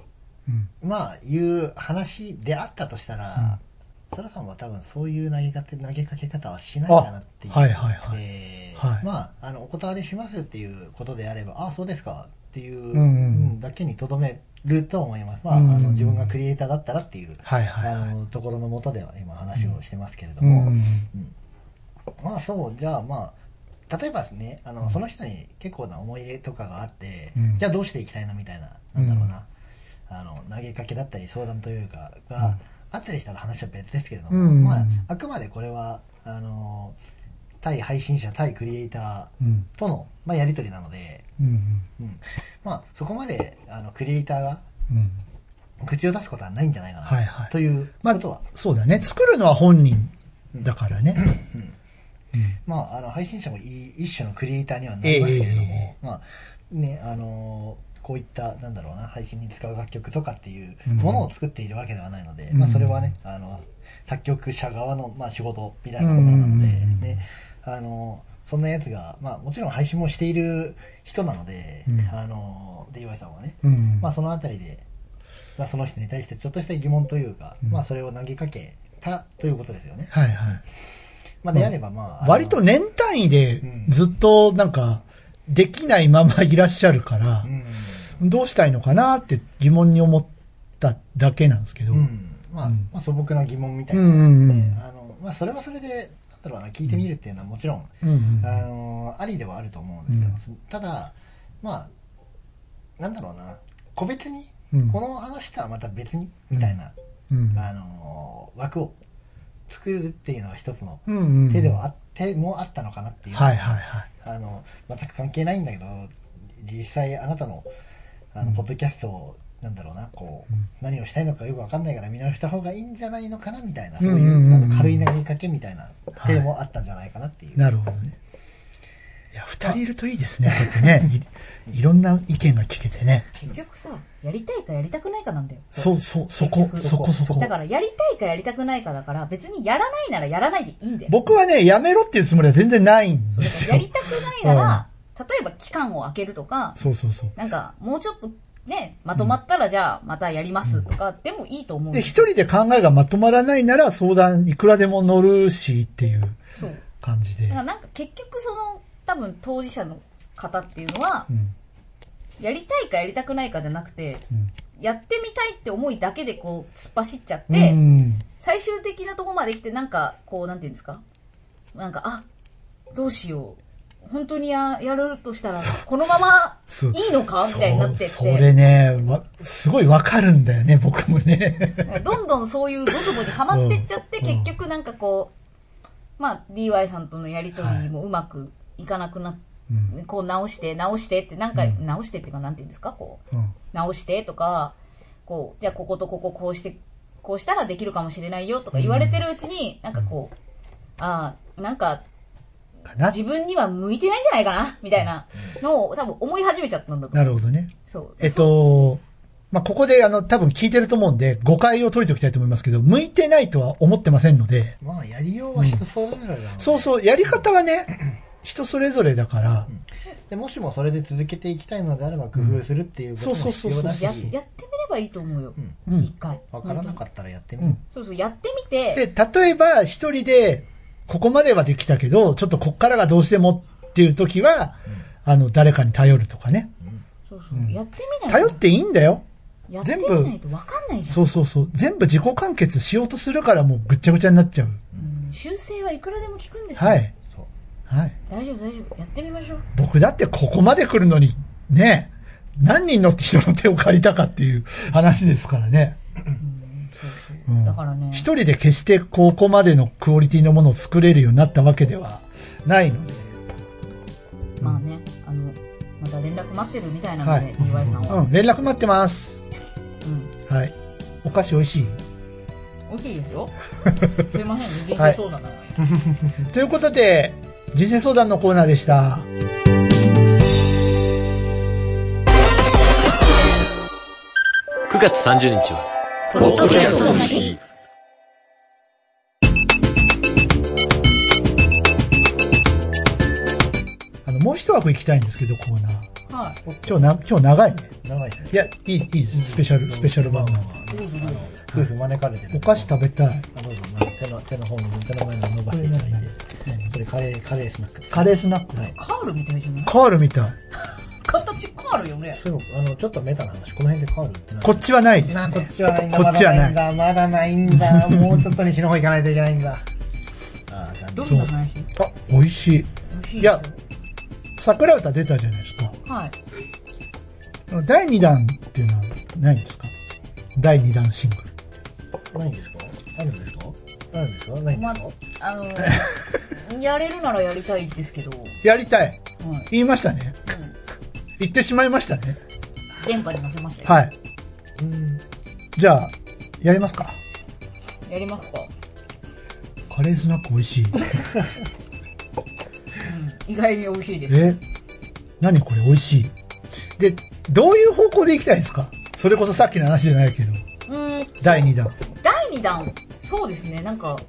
まあ、いう話であったとしたら、そらさんは多分そういう投げかけ方はしないかなっていう。まあ、お断りしますっていうことであれば、あ、そうですかっていうだけにとどめると思います。まあ、自分がクリエイターだったらっていう、ところのもとでは今話をしてますけれども、まあそう、じゃあまあ、例えばね、その人に結構な思い入れとかがあって、じゃあどうしていきたいのみたいな、なんだろうな、投げかけだったり相談というかがあったりしたら話は別ですけれども、まあ、あくまでこれは、対配信者、対クリエイターとの、まあ、やりとりなので、まあ、そこまで、クリエイターが、口を出すことはないんじゃないかな、ということは。 まあ、そうだね。作るのは本人だからね。 まあ、配信者も一種のクリエイターにはなりますけれども、まあ、ね、こういった、なんだろうな、配信に使う楽曲とかっていうものを作っているわけではないので、まあ、それはね、作曲者側の、まあ、仕事みたいなことなので、ね、そんなやつが、まあ、もちろん配信もしている人なので、DY さんはね、まあ、そのあたりで、まあ、その人に対してちょっとした疑問というか、まあ、それを投げかけたということですよね。まあ、であれば、まあ。 割と年単位でずっとなんか、できないままいらっしゃるから、どうしたいのかなって疑問に思っただけなんですけど。 まあ、素朴な疑問みたいな。まあ、それはそれで、なんだろうな、聞いてみるっていうのはもちろん、ありではあると思うんですよ。ただ、まあ、なんだろうな、個別に、この話とはまた別に、みたいな、枠を作るっていうのは一つの手もあったのかなっていう。全く関係ないんだけど、実際あなたの、ポッドキャストを、なんだろうな、こう、何をしたいのかよくわかんないから見直した方がいいんじゃないのかなみたいな、そういう軽い投げかけみたいな手もあったんじゃないかなっていう。 なるほどね。 いや、二人いるといいですね。こうやってね、いろんな意見が聞けてね。 結局さ、やりたいかやりたくないかなんだよ。 そこ。 だから、やりたいかやりたくないかだから、別にやらないならやらないでいいんだよ。 僕はね、やめろっていうつもりは全然ないんですよ。 やりたくないなら、例えば期間を空けるとか、 そう。 なんか、もうちょっとね、まとまったらじゃあ、またやりますとか、でもいいと思う。 で、一人で考えがまとまらないなら相談いくらでも乗るしっていう感じで。 なんか結局多分当事者の方っていうのは、やりたいかやりたくないかじゃなくて、やってみたいって思いだけでこう突っ走っちゃって、最終的なとこまで来てなんかこうなんていうんですか、なんかどうしよう、本当にやるとしたらこのままいいのかみたいになってって、 それね、すごいわかるんだよね、僕もね。 どんどんそういうドツボにはまってっちゃって、結局なんかこう、まあ DY さんとのやりとりもうまくいかなくなって、こう直してってなんか、直してっていうかなんて言うんですか、こう、直してとか、こう、じゃあこことこここうしたらできるかもしれないよとか言われてるうちに、なんかこう、なんか、自分には向いてないんじゃないかなみたいなのを多分思い始めちゃったんだと思う。 なるほどね。 そう。 まあ、ここで多分聞いてると思うんで、誤解を解いておきたいと思いますけど、向いてないとは思ってませんので。 まあ、やりようは人それぞれだもんね。 そう、やり方はね、人それぞれだから。 でもしもそれで続けていきたいのであれば工夫するっていうことも必要だし。 やってみればいいと思うよ。一回。 わからなかったらやってみる。 そう、やってみて。 で、例えば一人で、ここまではできたけど、ちょっとこっからがどうしてもっていう時は、誰かに頼るとかね。 そう、やってみないと。 頼っていいんだよ。 やってみないと分かんないじゃん。 そう。全部自己完結しようとするからもうぐっちゃぐちゃになっちゃう。 修正はいくらでも効くんですよ。 はい。 大丈夫。やってみましょう。 僕だってここまで来るのに、ね、何人の人の手を借りたかっていう話ですからね。 そう。だからね。 一人で決してここまでのクオリティのものを作れるようになったわけではないので。 まあね、また連絡待ってるみたいなので、岩井さんは。 連絡待ってます。はい。お菓子美味しい？ 美味しいですよ。すいませんね、人生相談なのに。 ということで、人生相談のコーナーでした。 9月30日は、 ポッドキャストの日。 もう一枠行きたいんですけど、コーナー。 はい。 今日長いね。 長いですね。 いや、いいです。スペシャル版なの。 夫婦招かれてる。 お菓子食べたい。 どうぞ、手の方に、手の前に伸ばしていただいて。それカレースナック。 カレースナック。 カールみたいじゃない？ カールみたい。 形カールよね。 そう、ちょっとメタな話、この辺でカールってこっちはないです。 こっちはないんだ。 こっちはない。 まだないんだ。もうちょっと西の方行かないといけないんだ。 どんな話？ 美味しい。いや、桜歌出たじゃないですか。 はい。 第2弾っていうのはないんですか？第2弾シングル。 ないんですか？あるんですか？ないんですか？ないんですか？やれるならやりたいですけど。 やりたい。言いましたね。言ってしまいましたね。 電波に乗せましたよ。 はい。じゃあ、やりますか？ やりますか？ カレースナック美味しい。 意外に美味しいです。 何これ美味しい。で、どういう方向で行きたいですか？それこそさっきの話じゃないけど。第2弾。 第2弾、そうですね、なんか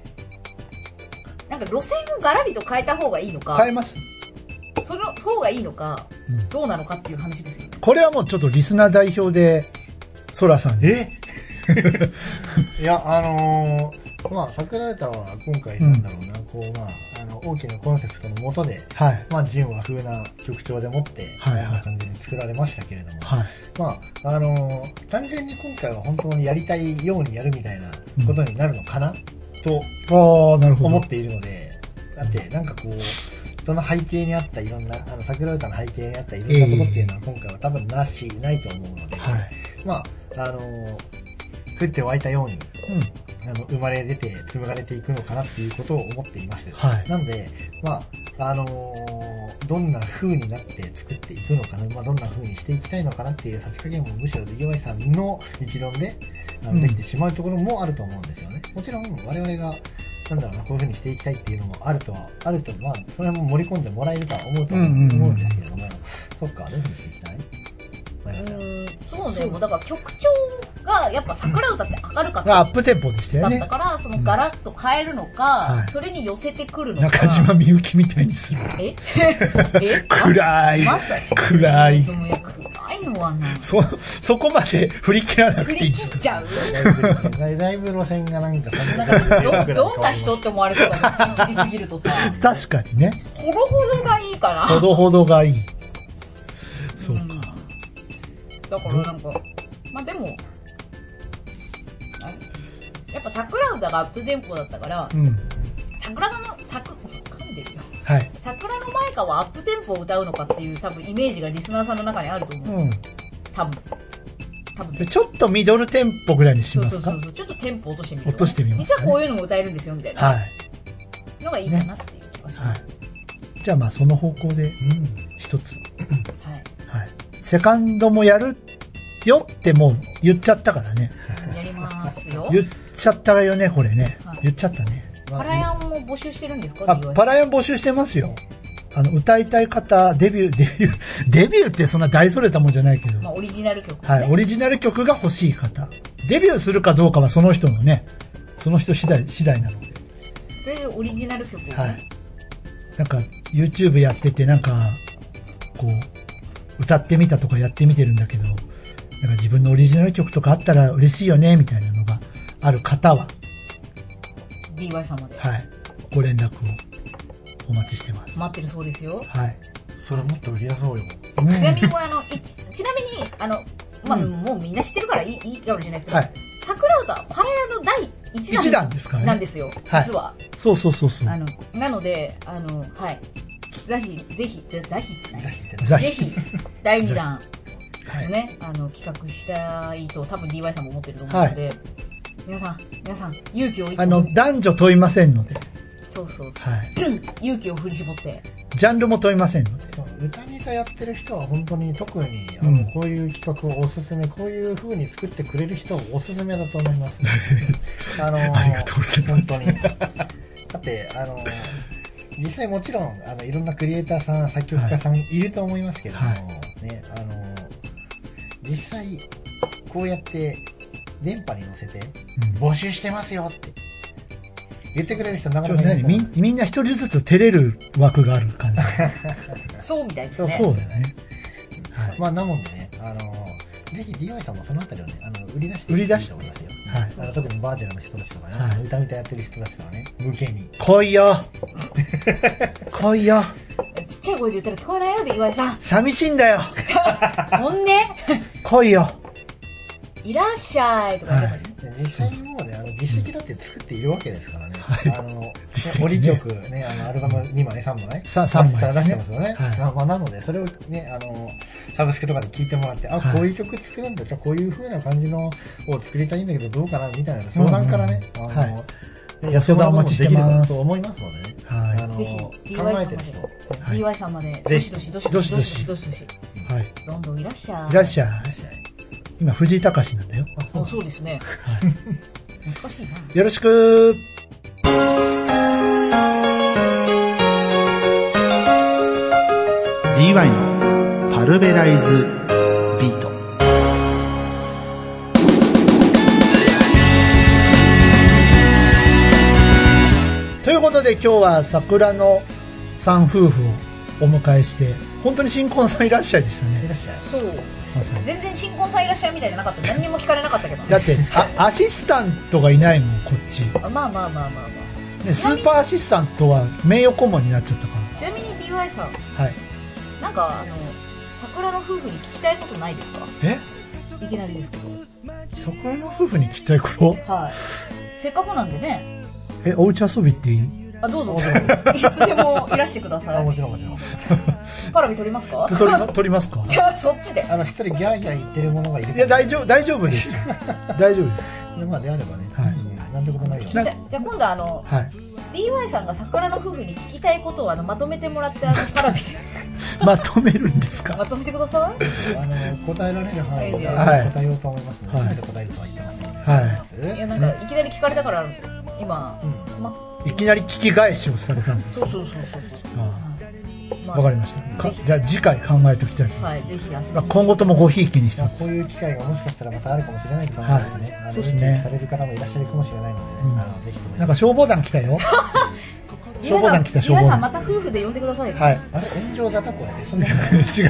路線をガラリと変えた方がいいのか。 変えます。 その方がいいのか、どうなのかっていう話ですよね。 これはもうちょっとリスナー代表で、ソラさんに。 いや、まあ、桜歌は今回なんだろうな、こう、大きなコンセプトのもとで、まあ、純和風な曲調でもって、こんな感じに作られましたけれども、まあ、単純に今回は本当にやりたいようにやるみたいなことになるのかな、と思っているので、だって、なんかこう、その背景にあったいろんな、桜歌の背景にあったいろんなことっていうのは今回は多分ないと思うので、まあ、降って湧いたように、生まれ出て紡がれていくのかなっていうことを思っています。なので、まあ、どんな風になって作っていくのかな、まあ、どんな風にしていきたいのかなっていうさじ加減もむしろ DY さんの一論で、できてしまうところもあると思うんですよね。もちろん我々がなんだろうな、こういう風にしていきたいっていうのもあると、まあ、それも盛り込んでもらえるとは思うと思うんですけれども、そっか、どういう風にしていきたい？ そうね、もうだから曲調がやっぱ桜歌って明るかったアップテンポでしたよね。 だったから、そのガラッと変えるのか、それに寄せてくるのか。 中島みゆきみたいにする。暗い。暗い。 暗いのはな。 そこまで振り切らなくていい。 振り切っちゃうだいぶ路線がなんかどんな人って思われそうだね、振り切りすぎるとさ。 確かにね。 ほどほどがいいかな。 ほどほどがいい。そうか。 だからなんか、まあでも、やっぱ桜歌がアップテンポだったから、桜の、噛んでるよ。 はい。 桜の前かはアップテンポを歌うのかっていう多分イメージがリスナーさんの中にあると思う。多分。 ちょっとミドルテンポぐらいにしますか？ そう。ちょっとテンポ落としてみる。 落としてみます。 実はこういうのも歌えるんですよみたいな。のがいいかなっていう気がします。 じゃあまあその方向で、一つ。はい。セカンドもやるよってもう言っちゃったからね。 やりますよ。 言っちゃったよね、これね。言っちゃったね。 パラヤンも募集してるんですか？ パラヤン募集してますよ。歌いたい方、デビューってそんな大それたもんじゃないけど。 まあオリジナル曲、ね。 はい、オリジナル曲が欲しい方。デビューするかどうかはその人のね、その人次第なので。 それでオリジナル曲を、ね。 はい。なんか YouTube やっててなんか、こう、歌ってみたとかやってみてるんだけど、なんか自分のオリジナル曲とかあったら嬉しいよね、みたいなのがある方は、 DY 様で。 はい。ご連絡をお待ちしてます。 待ってるそうですよ。 はい。 それもっと売り出そうよ。 ちなみにこれちなみに、まあ、もうみんな知ってるからいいかもしれないですけど、桜歌、パラヤの第1弾ですからね。 なんですよ、実は。 そう。 なので、はい。ぜひ、第2弾をね、企画したいと多分 DY さんも思ってると思うので、皆さん、勇気を男女問いませんので。 そう。 はい。 勇気を振り絞って。 ジャンルも問いませんので。 歌ネタやってる人は本当に特に、こういう企画をおすすめ、こういう風に作ってくれる人をおすすめだと思います。 ありがとうございます。 本当に。だって、実際もちろん、いろんなクリエイターさん、作曲家さんいると思いますけれども、ね、実際、こうやって、電波に乗せて、募集してますよって言ってくれる人なかなかいない。 みんな一人ずつ照れる枠がある感じ。 そうみたいですね。 そうだよね。 はい。まあ、なのでね、ぜひ DY さんもそのあたりをね、売り出していいと思いますよ。はい。特にバーチャルの人たちとかね、歌ネタやってる人たちとかね、向けに。 来いよ来いよちっちゃい声で言ったら聞こえないよで、DY さん。 寂しいんだよほんね来いよいらっしゃいとか言ってたね。実際にもうね、実績だって作っているわけですからね。オリ曲ね、アルバム2枚、3枚 3枚出してますよね。なので、それをね、サブスクとかで聴いてもらって、こういう曲作るんだ、じゃあこういう風な感じのを作りたいんだけど、どうかな、みたいな相談からね、 相談お待ちしてます。 と思いますのでね。 はい。ぜひ、 考えてる人。 DY さんまで、どしどし。はい。どんどんいらっしゃい。 いらっしゃい。今、藤井隆なんだよ。 そうですね。難しいな。 よろしく。DY のパルベライズビート。ということで今日は桜のさん夫婦をお迎えして、本当に新婚さんいらっしゃいでしたね。 いらっしゃい。 そう。全然新婚さんいらっしゃいみたいじゃなかった。何にも聞かれなかったけど。 だってアシスタントがいないもん、こっち。 まあ。 ね、スーパーアシスタントは名誉顧問になっちゃったから。ちなみに DY さん。 はい。 なんか桜の夫婦に聞きたいことないですか？いきなりですけど。 桜の夫婦に聞きたいこと？ はい。せっかくなんでね。 おうち遊びっていい？ どうぞ。いつでもいらしてください。 もちろん。 パラビ取りますか？ 取りますか？ じゃあそっちで。 一人ギャーギャー言ってるものがいる。 いや、大丈夫ですよ。大丈夫です。 まあ、であればね。はい。なんてことないよ。 じゃあ今度はい。DY さんが桜の夫婦に聞きたいことをまとめてもらってパラビで。 まとめるんですか？ まとめてください。 答えられる範囲で答えようと思いますので、答えるとは言ってません。 はい。いや、なんかいきなり聞かれたから、今、 いきなり聞き返しをされたんです。 そう。 わかりました。じゃあ次回考えておきたい。 はい、ぜひ遊びに。 今後ともごひいきにしてます。 こういう機会がもしかしたらまたあるかもしれないですね。はい。 そうですね。 される方もいらっしゃるかもしれないので、ぜひ。 なんか消防団来たよ。消防団来た、消防団。 皆さんまた夫婦で呼んでください。 はい。 あれ、炎上だな、これ。 違う。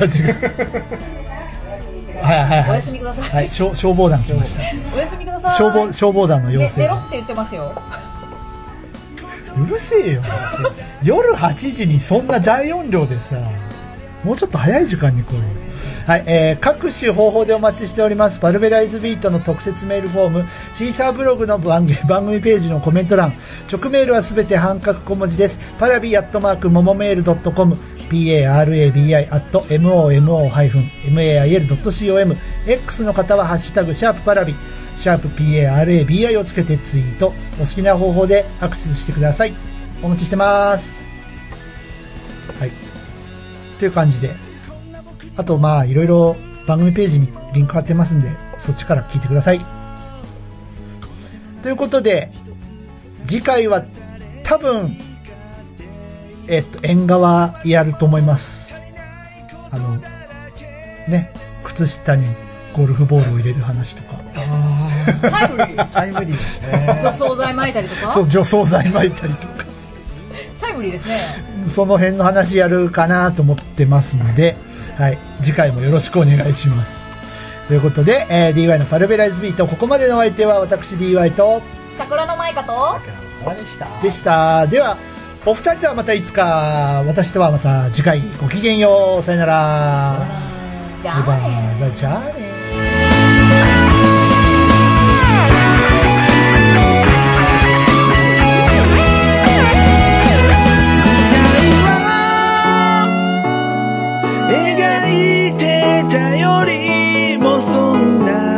はい。 おやすみください。 はい、消防団来ました。 おやすみください。 消防団の要請。 寝ろって言ってますよ。 うるせえよ。夜8時にそんな大音量でさ、もうちょっと早い時間に来いよ。はい、各種方法でお待ちしております。パルベライズビートの特設メールフォーム、シーサーブログの番組ページのコメント欄、直メールはすべて半角小文字です。パラビももメール .com、parabi@momo-mail.com、X の方はハッシュタグ、シャープパラビ、シャープ PARABI をつけてツイート、お好きな方法でアクセスしてください。お待ちしてます。はい。という感じで。あと、いろいろ番組ページにリンク貼ってますんで、そっちから聞いてください。ということで、次回は多分、縁側やると思います。靴下にゴルフボールを入れる話とか。 タイムリーですね。 除草剤撒いたりとか。 そう、除草剤撒いたりとか。 タイムリーですね。 その辺の話やるかなと思ってますので、はい、次回もよろしくお願いします。ということで、DY のパルベライズビート、ここまでのお相手は私 DY と桜の舞香とでした。では、お二人とはまたいつか、私とはまた次回、ごきげんよう、さよなら。 じゃあね。 じゃあね。 描いてたよりもそんな